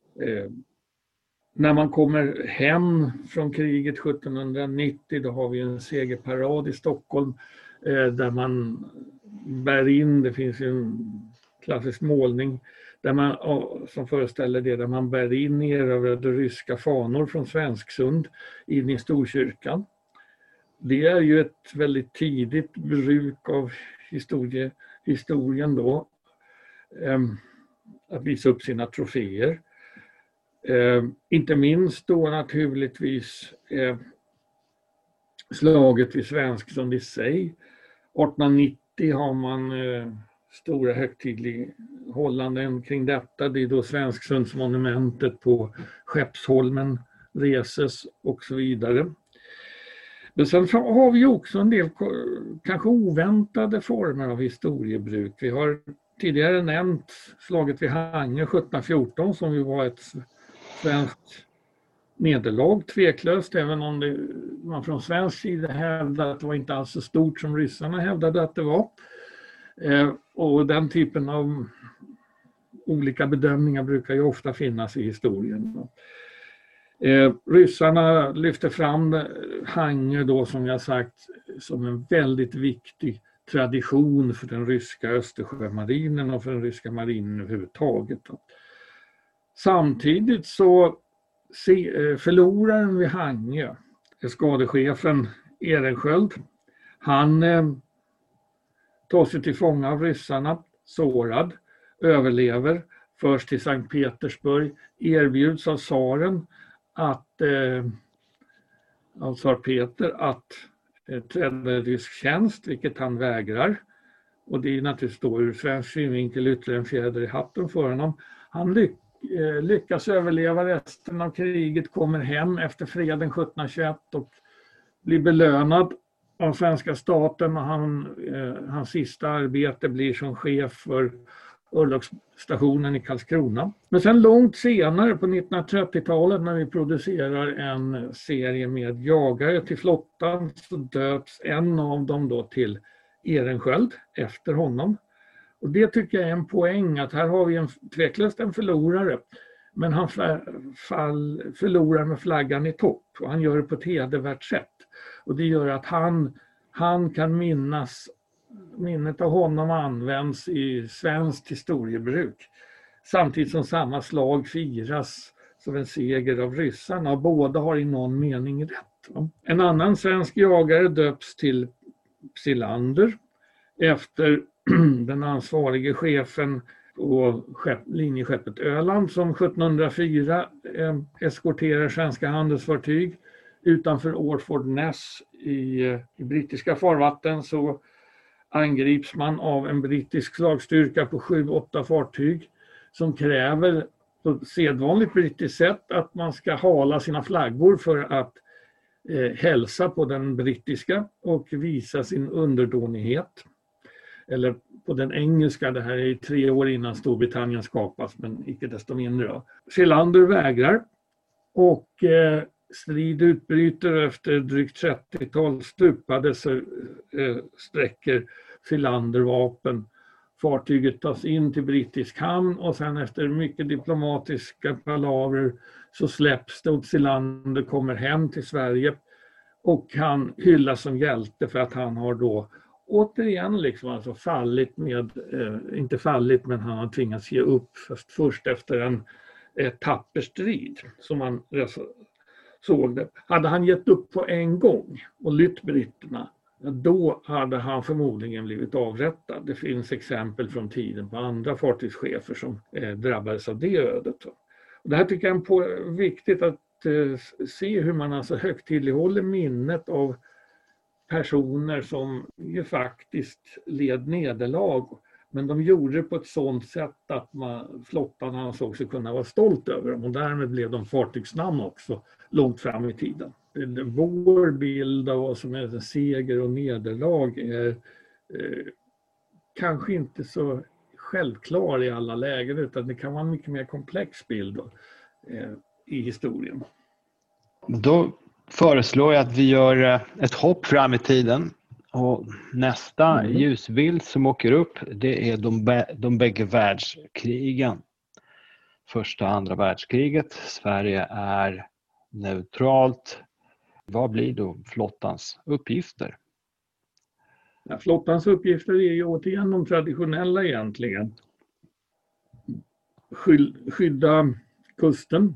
När man kommer hem från kriget 1790, då har vi en segerparad i Stockholm där man bär in, det finns ju en klassisk målning där man, som föreställer det, där man bär in erövrade ryska fanor från Svensksund in i Storkyrkan. Det är ju ett väldigt tidigt bruk av historien då, att visa upp sina troféer. Inte minst då naturligtvis slaget vid Svensksund i sig. 1890 har man stora högtidlighållanden kring detta. Det är då Svensksundsmonumentet på Skeppsholmen reses och så vidare. Men sen har vi också en del kanske oväntade former av historiebruk. Vi har tidigare nämnt slaget vid Hangö 1714 som ju var ett svenskt nederlag, tveklöst, även om man från svensk sida hävdade att det var inte alls så stort som ryssarna hävdade att det var. Och den typen av olika bedömningar brukar ju ofta finnas i historien. Ryssarna lyfter fram Hangö då, som jag sagt, som en väldigt viktig tradition för den ryska Östersjömarinen och för den ryska marinen överhuvudtaget. Samtidigt så förloraren vid Hangö, skadechefen Ehrenskiöld, han tas sig till fånga av ryssarna, sårad, överlever, förs till Sankt Petersburg, erbjuds av tsaren av tsar Peter att träda i rysk tjänst, vilket han vägrar. Och det är naturligtvis då ur svensk synvinkel ytterligare en fjäder i hatten för honom. Han lyckas överleva resten av kriget, kommer hem efter freden 1721 och blir belönad av svenska staten. Och hans sista arbete blir som chef för örlogsstationen i Karlskrona. Men sen långt senare på 1930-talet när vi producerar en serie med jagare till flottan så döps en av dem då till Ehrenskiöld efter honom. Och det tycker jag är en poäng, att här har vi tveklöst en förlorare, men han förlorar med flaggan i topp och han gör det på ett hedervärt sätt. Och det gör att han kan minnet av honom används i svenskt historiebruk. Samtidigt som samma slag firas som en seger av ryssarna, och båda har i någon mening rätt. En annan svensk jagare döps till Psilander efter den ansvarige chefen och linjeskeppet Öland som 1704 eskorterar svenska handelsfartyg utanför Orford Ness i brittiska farvatten, så angrips man av en brittisk slagstyrka på 7-8 fartyg som kräver på sedvanligt brittiskt sätt att man ska hala sina flaggor för att hälsa på den brittiska och visa sin underdånighet. Eller på den engelska, det här är 3 år innan Storbritannien skapas, men icke desto mindre. Selander vägrar och strid utbryter. Efter drygt 30-tal stupade sträcker Selander vapen. Fartyget tas in till brittisk hamn och sen efter mycket diplomatiska palaver så släpps det och Selander kommer hem till Sverige och han hyllas som hjälte för att han har då återigen liksom alltså fallit med, inte fallit men han har tvingats ge upp först efter en tapper strid som man såg det. Hade han gett upp på en gång och lytt britterna, då hade han förmodligen blivit avrättad. Det finns exempel från tiden på andra fartygschefer som drabbades av det ödet. Och det här tycker jag är viktigt att se hur man alltså högtidlighåller minnet av personer som ju faktiskt led nederlag. Men de gjorde det på ett sådant sätt att flottan ansåg sig kunna vara stolt över dem och därmed blev de fartygsnamn också långt fram i tiden. Vår bild av vad som är seger och nederlag är kanske inte så självklar i alla lägen utan det kan vara en mycket mer komplex bild i historien. Då föreslår jag att vi gör ett hopp fram i tiden. Och nästa ljusbild som åker upp, det är de bägge världskrigen. Första och andra världskriget. Sverige är neutralt. Vad blir då flottans uppgifter? Ja, flottans uppgifter är ju återigen de traditionella egentligen. Skydda kusten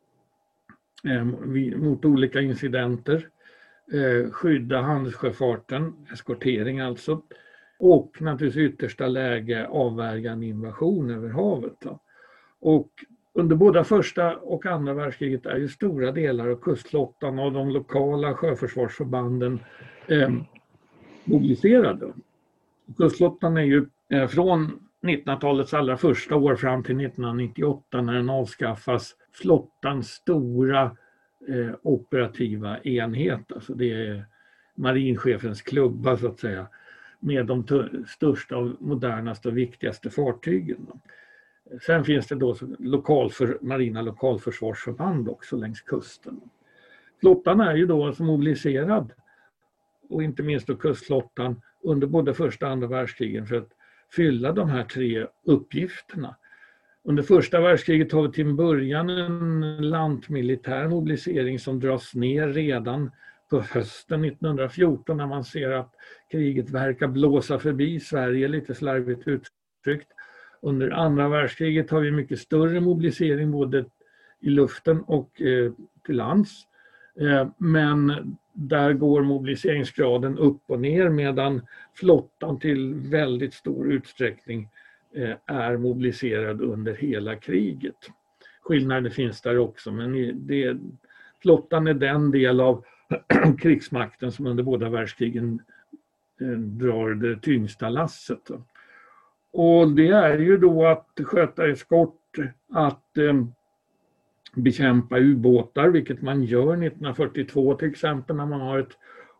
mot olika incidenter. Skydda handelssjöfarten, eskortering alltså. Och naturligtvis yttersta läge avvärja en invasion över havet. Då. Och under både första och andra världskriget är ju stora delar av kustflottan och de lokala sjöförsvarsförbanden mobiliserade. Kustflottan är ju från 1900-talets allra första år fram till 1998 när den avskaffas flottans stora operativa enhet. Alltså det är marinchefens klubba så att säga med de största och modernaste och viktigaste fartygen. Sen finns det då marina lokalförsvarsförband också längs kusten. Flottan är ju då alltså mobiliserad och inte minst då kustflottan under både första och andra världskrigen för att fylla de här 3 uppgifterna. Under första världskriget har vi till början en landmilitär mobilisering som dras ner redan på hösten 1914 när man ser att kriget verkar blåsa förbi Sverige, lite slarvigt uttryckt. Under andra världskriget har vi mycket större mobilisering både i luften och till lands. Men där går mobiliseringsgraden upp och ner medan flottan till väldigt stor utsträckning är mobiliserad under hela kriget. Skillnader finns där också men flottan är den del av krigsmakten som under båda världskrigen drar det tyngsta lasset. Och det är ju då att sköta eskort, att bekämpa ubåtar, vilket man gör 1942 till exempel när man har ett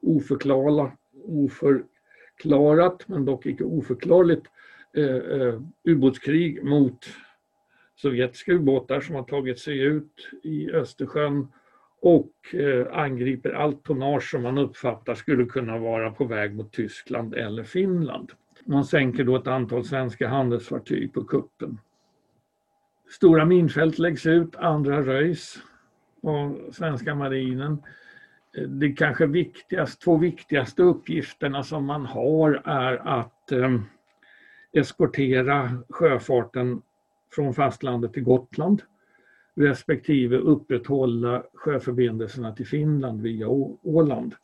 oförklarat men dock icke oförklarligt ubåtskrig mot sovjetiska ubåtar som har tagit sig ut i Östersjön och angriper allt tonnage som man uppfattar skulle kunna vara på väg mot Tyskland eller Finland. Man sänker då ett antal svenska handelsfartyg på kuppen. Stora minfält läggs ut, andra röjs av svenska marinen. Det kanske två viktigaste uppgifterna som man har är att eskortera sjöfarten från fastlandet till Gotland respektive upprätthålla sjöförbindelserna till Finland via Åland.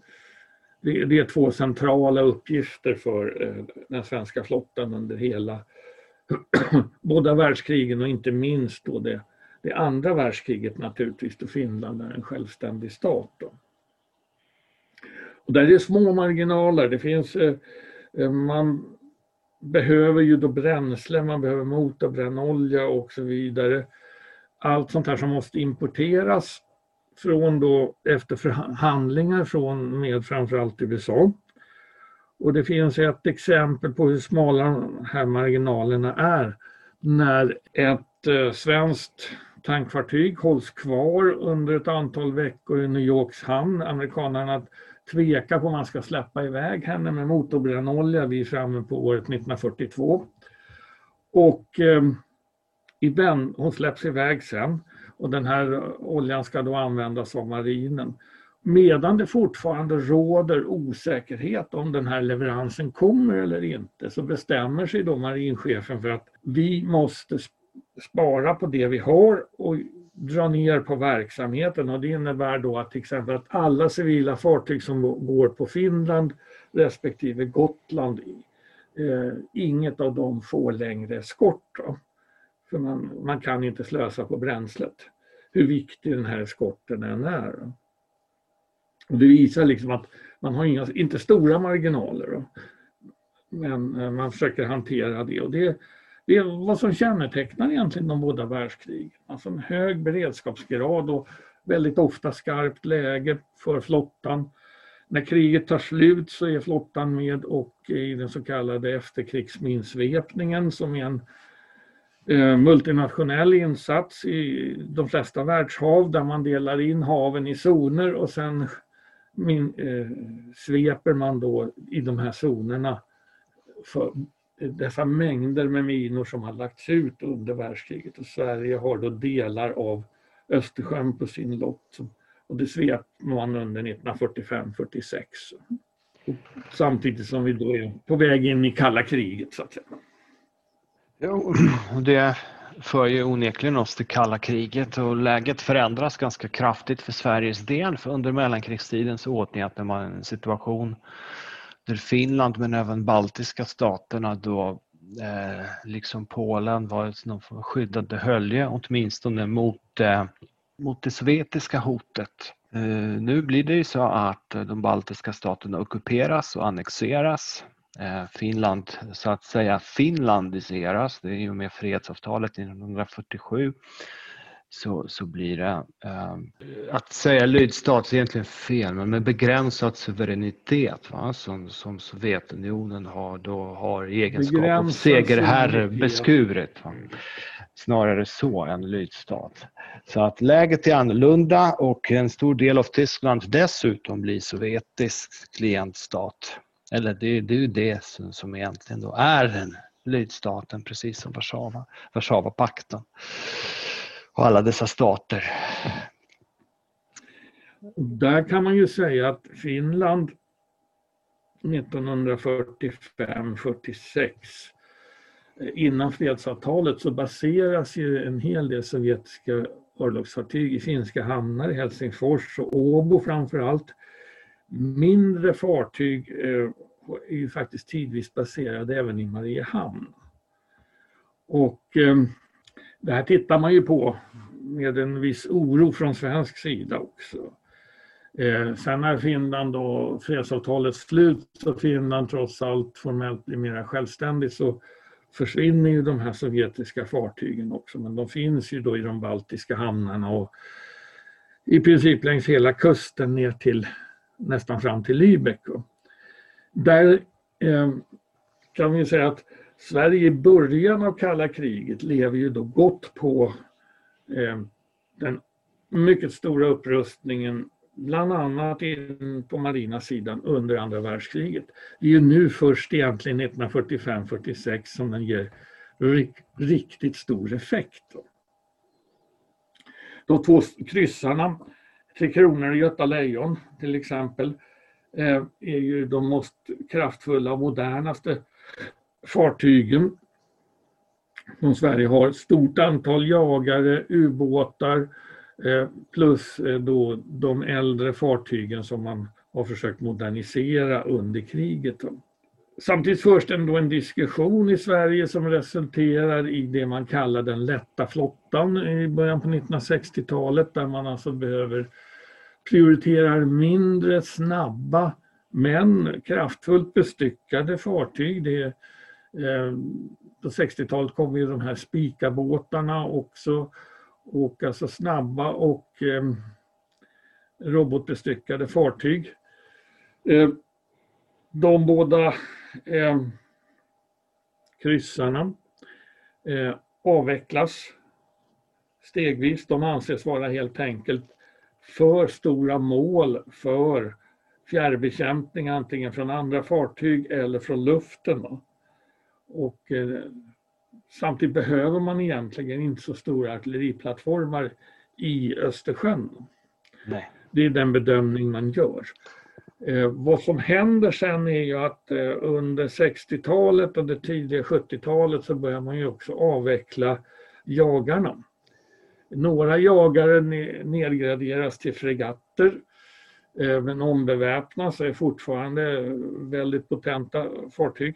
Det är 2 centrala uppgifter för den svenska flottan under hela båda världskrigen och inte minst då det andra världskriget naturligtvis, då Finland är en självständig stat då. Och där är det små marginaler. Det finns, man behöver ju då bränsle, man behöver motorbrännolja och så vidare. Allt sånt här som måste importeras från då efter förhandlingar med framförallt USA. Och det finns ett exempel på hur smala de här marginalerna är när ett svenskt tankfartyg hålls kvar under ett antal veckor i New Yorks hamn. Amerikanerna tvekar på om man ska släppa iväg henne med motorbrännolja. Vi är framme på året 1942. Och hon släpps iväg sen. Och den här oljan ska då användas av marinen. Medan det fortfarande råder osäkerhet om den här leveransen kommer eller inte, så bestämmer sig då marinchefen för att vi måste spara på det vi har och dra ner på verksamheten. Och det innebär då att till exempel att alla civila fartyg som går på Finland respektive Gotland, inget av dem får längre eskort då. För man kan inte slösa på bränslet, hur viktig den här eskorten än är då. Och det visar liksom att man har inte stora marginaler då. Men man försöker hantera det. Och det är vad som kännetecknar egentligen de båda världskrigen. Alltså en hög beredskapsgrad och väldigt ofta skarpt läge för flottan. När kriget tar slut så är flottan med och i den så kallade efterkrigsminsvepningen, som är en multinationell insats i de flesta världshav där man delar in haven i zoner och sen sveper man då i de här zonerna för dessa mängder med minor som har lagts ut under världskriget. Och Sverige har då delar av Östersjön på sin lott. Och det svep man under 1945-46. Samtidigt som vi då är på väg in i kalla kriget så att säga. Jo, det för ju onekligen oss till kalla kriget och läget förändras ganska kraftigt för Sveriges del. För under mellankrigstiden så åtnjöt man en situation där Finland men även baltiska staterna då liksom Polen var ett skyddande hölje åtminstone mot det sovjetiska hotet. Nu blir det ju så att de baltiska staterna ockuperas och annexeras. Finland så att säga finlandiseras, det är ju med fredsavtalet 1947 så blir det att säga lydstat är egentligen fel, men med begränsad suveränitet som Sovjetunionen har egenskap av segerherre beskurit. Snarare så än lydstat. Så att läget är annorlunda och en stor del av Tyskland dessutom blir sovjetisk klientstat. Eller det är ju det som egentligen då är den lydstaten, precis som Warszawapakten och alla dessa stater. Där kan man ju säga att Finland 1945-46 innan fredsavtalet så baseras ju en hel del sovjetiska örlogsfartyg i finska hamnar i Helsingfors och Åbo framförallt. Mindre fartyg är ju faktiskt tidvis baserade även i Mariehamn. Och det här tittar man ju på med en viss oro från svensk sida också. Sen när Finland och fredsavtalet slut så Finland trots allt formellt blir mer självständigt så försvinner ju de här sovjetiska fartygen också. Men de finns ju då i de baltiska hamnarna och i princip längs hela kusten ner till nästan fram till Lübeck. Där kan vi säga att Sverige i början av kalla kriget lever ju då gott på den mycket stora upprustningen, bland annat på marina sidan under andra världskriget. Det är ju nu först egentligen 1945-46 som den ger riktigt stor effekt. De två kryssarna, Tre Kronor och Göta Lejon till exempel, är ju de mest kraftfulla och modernaste fartygen som Sverige har. Ett stort antal jagare, ubåtar plus då de äldre fartygen som man har försökt modernisera under kriget. Samtidigt förs det ändå en diskussion i Sverige som resulterar i det man kallar den lätta flottan i början på 1960-talet, där man alltså behöver prioritera mindre snabba men kraftfullt bestyckade fartyg. På 60-talet kom ju de här Spika-båtarna också, och alltså snabba och robotbestyckade fartyg. De båda kryssarna avvecklas stegvis. De anses vara helt enkelt för stora mål för fjärrbekämpning, antingen från andra fartyg eller från luften. Och samtidigt behöver man egentligen inte så stora artilleriplattformar i Östersjön. Nej. Det är den bedömning man gör. Vad som händer sen är ju att under 60-talet och det tidiga 70-talet så börjar man ju också avveckla jagarna. Några jagare nedgraderas till fregatter, men ombeväpnas och är fortfarande väldigt potenta fartyg.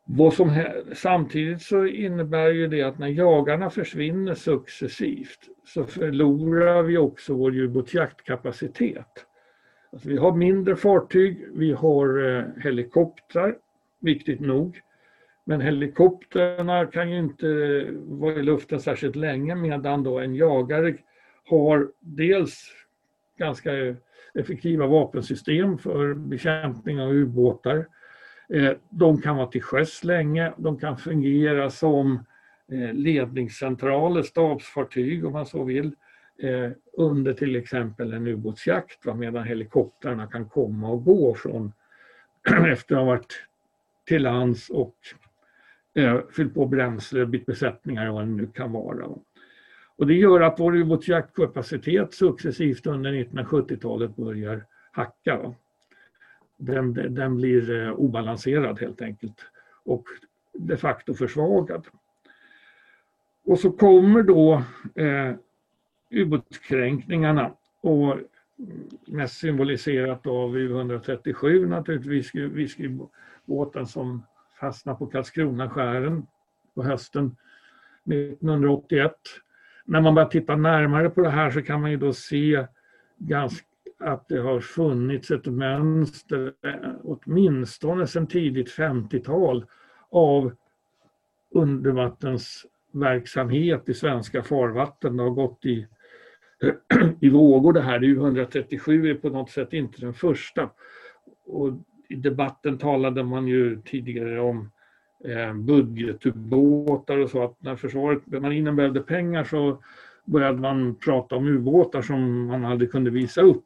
Samtidigt så innebär ju det att när jagarna försvinner successivt så förlorar vi också vår ubåtsjaktkapacitet. Alltså vi har mindre fartyg, vi har helikoptrar, viktigt nog. Men helikoptrarna kan ju inte vara i luften särskilt länge, medan då en jagare har dels ganska effektiva vapensystem för bekämpning av ubåtar. De kan vara till sjöss länge, de kan fungera som ledningscentraler, stabsfartyg om man så vill, under till exempel en ubåtsjakt, medan helikoptrarna kan komma och gå från efter att ha varit till lands och fyllt på bränsle, bytt besättningar och vad det nu kan vara. Och det gör att vår ubåtsjaktkapacitet successivt under 1970-talet börjar hacka. Den blir obalanserad helt enkelt och de facto försvagad. Och så kommer då ubåtskränkningarna, och mest symboliserat av U-137 naturligtvis, Visbybåten som fastnar på Karlskronaskären på hösten 1981. När man börjar titta närmare på det här så kan man ju då se att det har funnits ett mönster åtminstone sedan tidigt 50-tal av undervattensverksamhet i svenska farvatten. Det har gått i vågor det här. U-137 är på något sätt inte den första. Och i debatten talade man ju tidigare om budgetubåtar och så, att när marinen behövde pengar så började man prata om ubåtar som man aldrig kunde visa upp.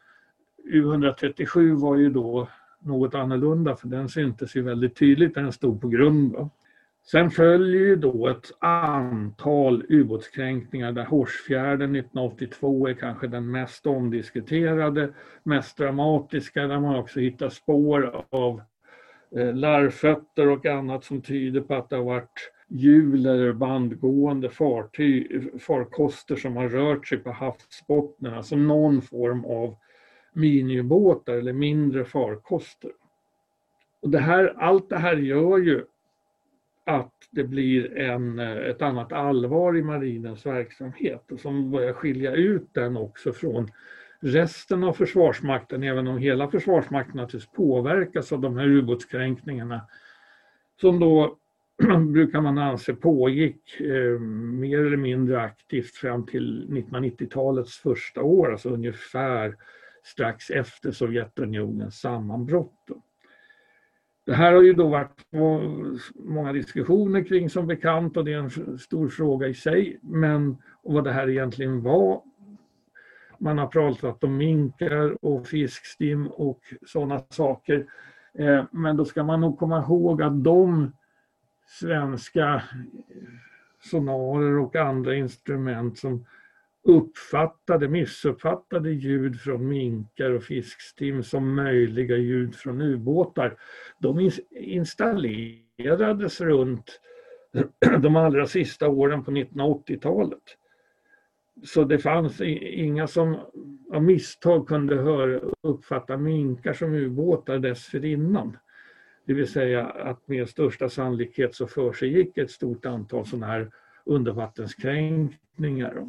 U-137 var ju då något annorlunda, för den syntes ju väldigt tydligt när den stod på grund. Sen följer ju då ett antal ubåtskränkningar där Hårsfjärden 1982 är kanske den mest omdiskuterade, mest dramatiska, där man också hittar spår av larvfötter och annat som tyder på att det har varit hjul eller bandgående farkoster som har rört sig på havsbottnen, alltså någon form av miniubåtar eller mindre farkoster. Och allt det här gör ju att det blir ett annat allvar i marinens verksamhet, och som börjar skilja ut den också från resten av Försvarsmakten, även om hela Försvarsmakten naturligtvis påverkas av de här ubåtskränkningarna som då brukar man anse pågick mer eller mindre aktivt fram till 1990-talets första år, alltså ungefär strax efter Sovjetunionens sammanbrott. Det här har ju då varit många diskussioner kring som bekant, och det är en stor fråga i sig, men vad det här egentligen var. Man har pratat om minkar och fiskstim och sådana saker, men då ska man nog komma ihåg att de svenska sonarer och andra instrument som missuppfattade ljud från minkar och fiskstim som möjliga ljud från ubåtar, de installerades runt de allra sista åren på 1980-talet. Så det fanns inga som av misstag kunde uppfatta minkar som ubåtar dessförinnan. Det vill säga att med största sannolikhet så försiggick ett stort antal sådana här undervattenskränkningar.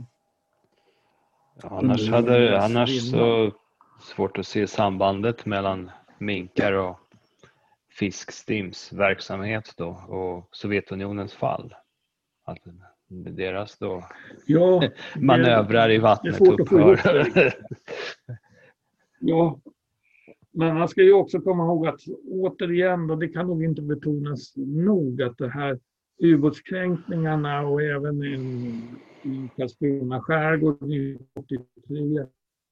Annars så svårt att se sambandet mellan minkar och fiskstims verksamhet då och Sovjetunionens fall. Att deras då manövrar i vattnet upphör. Ja, men man ska ju också komma ihåg att återigen, och det kan nog inte betonas nog, att det här ubåtskränkningarna och även i Karlskrona skärgård 1983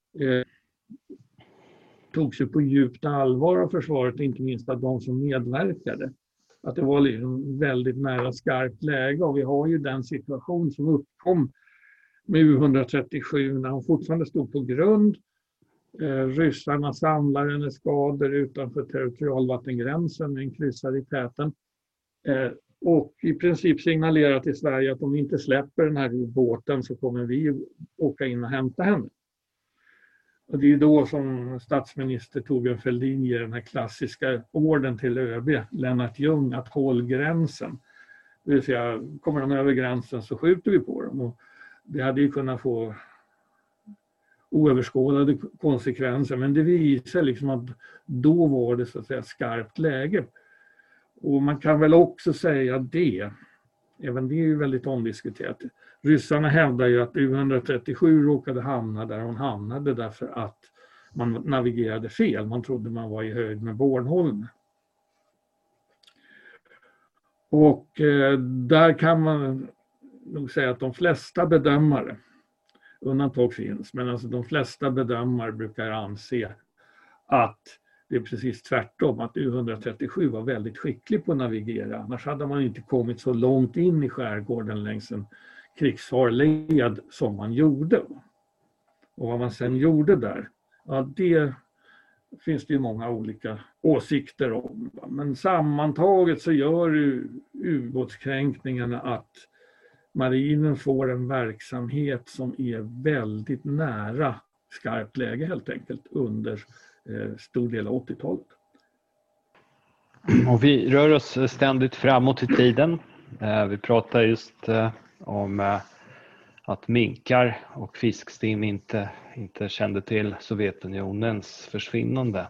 togs ju på djupt allvar av försvaret, inte minst av de som medverkade. Att det var liksom väldigt nära skarpt läge, och vi har ju den situation som uppkom med U137 när hon fortfarande stod på grund. Ryssarna samlar hennes skador utanför territorialvattengränsen med en kryssare i täten. Och i princip signalerar till Sverige att om vi inte släpper den här båten så kommer vi åka in och hämta henne. Och det är då som statsminister Thorbjörn Fälldin ger den här klassiska orden till ÖB Lennart Ljung att håll gränsen. Det vill säga, kommer de över gränsen så skjuter vi på dem. Och det hade ju kunnat få oöverskådade konsekvenser, men det visar liksom att då var det så att säga skarpt läge. Och man kan väl också säga det, även det är ju väldigt omdiskuterat. Ryssarna hävdar ju att U137 råkade hamna där hon hamnade därför att man navigerade fel. Man trodde man var i höjd med Bornholm. Och där kan man nog säga att de flesta bedömare, undantag finns, men alltså de flesta bedömare brukar anse att det är precis tvärtom, att U137 var väldigt skicklig på att navigera. Annars hade man inte kommit så långt in i skärgården längs en krigsfarled som man gjorde. Och vad man sen gjorde där, ja, det finns det ju många olika åsikter om. Men sammantaget så gör ubåtskränkningarna att marinen får en verksamhet som är väldigt nära skarpt läge helt enkelt under stor del av 80-talet. Och vi rör oss ständigt framåt i tiden. Vi pratar just om att minkar och fiskstim inte kände till Sovjetunionens försvinnande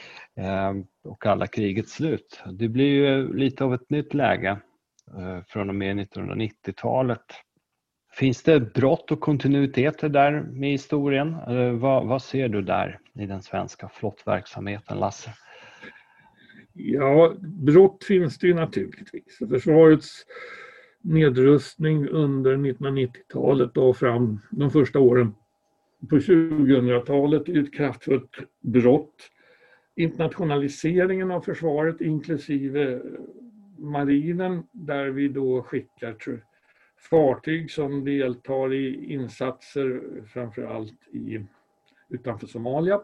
och alla krigets slut. Det blir ju lite av ett nytt läge från och med 1990-talet. Finns det brott och kontinuiteter där med historien? Vad ser du där i den svenska flottverksamheten, Lasse? Ja, brott finns det ju naturligtvis. Försvarets nedrustning under 1990-talet och fram de första åren på 2000-talet är ett kraftfullt brott. Internationaliseringen av försvaret inklusive marinen, där vi då skickar fartyg som deltar i insatser framförallt utanför Somalia,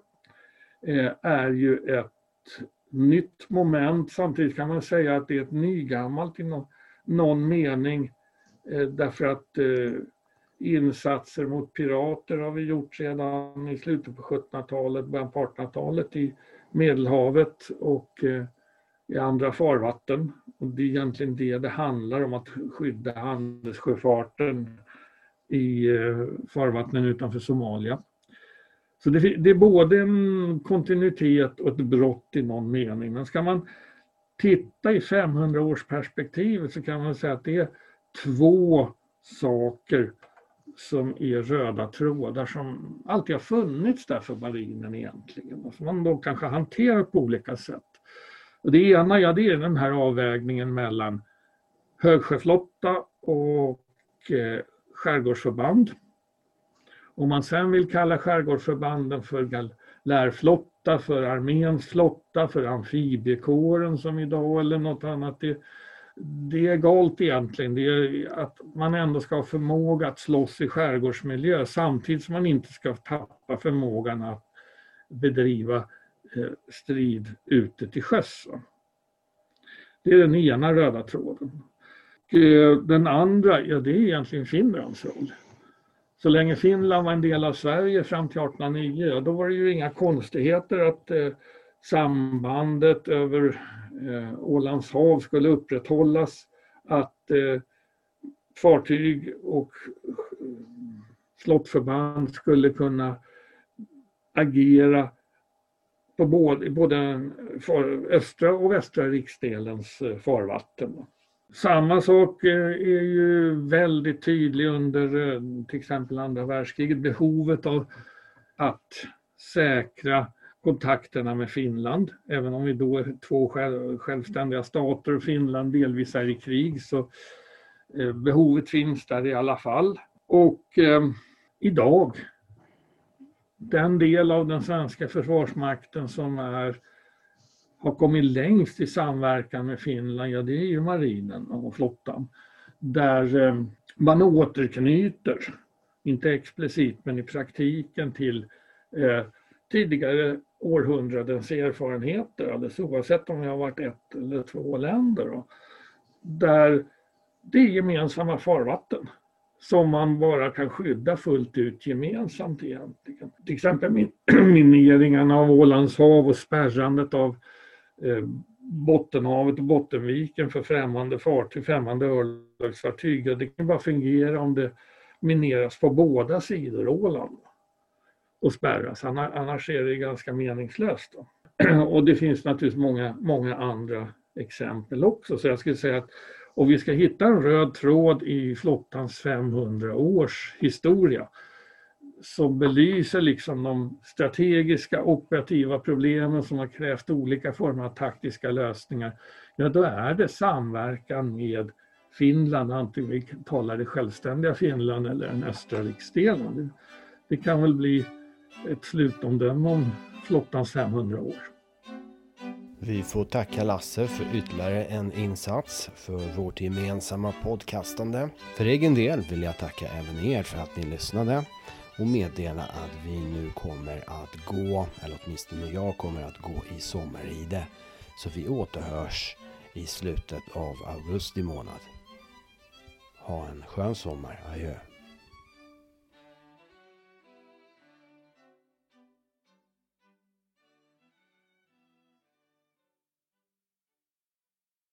är ju ett nytt moment. Samtidigt kan man säga att det är ett nygammalt i någon mening, därför att insatser mot pirater har vi gjort sedan i slutet på 1700-talet, början på 1800-talet i Medelhavet och i andra farvatten. Och det är egentligen det handlar om, att skydda handelssjöfarten i farvattnen utanför Somalia. Så det är både en kontinuitet och ett brott i någon mening. Men ska man titta i 500-årsperspektivet så kan man säga att det är två saker som är röda trådar som alltid har funnits där för marinen egentligen. Och som man då kanske hanterar på olika sätt. Och det ena, ja, det är den här avvägningen mellan högsjöflotta och skärgårdsförband. Om man sen vill kalla skärgårdsförbanden för galärflotta, för arméns flotta, för amfibiekåren som idag eller något annat, det är galt egentligen. Det är att man ändå ska ha förmåga att slåss i skärgårdsmiljö samtidigt som man inte ska tappa förmågan att bedriva strid ute till sjöss. Det är den ena röda tråden. Den andra, ja, det är egentligen Finlands roll. Så länge Finland var en del av Sverige fram till 1809, då var det ju inga konstigheter att sambandet över Ålands hav skulle upprätthållas, att fartyg och flottförband skulle kunna agera på både östra och västra riksdelens farvatten. Samma sak är ju väldigt tydlig under till exempel andra världskriget, behovet av att säkra kontakterna med Finland. Även om vi då är två självständiga stater och Finland delvis är i krig, så behovet finns där i alla fall. Och idag, den del av den svenska försvarsmakten som har kommit längst i samverkan med Finland, ja, det är ju marinen och flottan. Där man återknyter, inte explicit men i praktiken, till tidigare århundradens erfarenheter, alldeles oavsett om vi har varit ett eller två länder. Då, där det är gemensamma farvatten som man bara kan skydda fullt ut gemensamt egentligen. Till exempel mineringarna av Ålands hav och spärrandet av Bottenhavet och Bottenviken för främmande örlogsfartyg. Det kan bara fungera om det mineras på båda sidor Åland och spärras. Annars är det ganska meningslöst. Då. Och det finns naturligtvis många andra exempel också. Så jag skulle säga att om vi ska hitta en röd tråd i flottans 500 års historia, så belyser liksom de strategiska operativa problemen som har krävt olika former av taktiska lösningar. Ja, då är det samverkan med Finland, antingen vi talar det självständiga Finland eller den östra riksdelen. Det kan väl bli ett slutomdöme om flottans 500 år. Vi får tacka Lasse för ytterligare en insats för vårt gemensamma podcastande. För egen del vill jag tacka även er för att ni lyssnade och meddela att vi nu kommer att gå, eller åtminstone jag kommer att gå i sommaride. Så vi återhörs i slutet av augusti månad. Ha en skön sommar, adjö.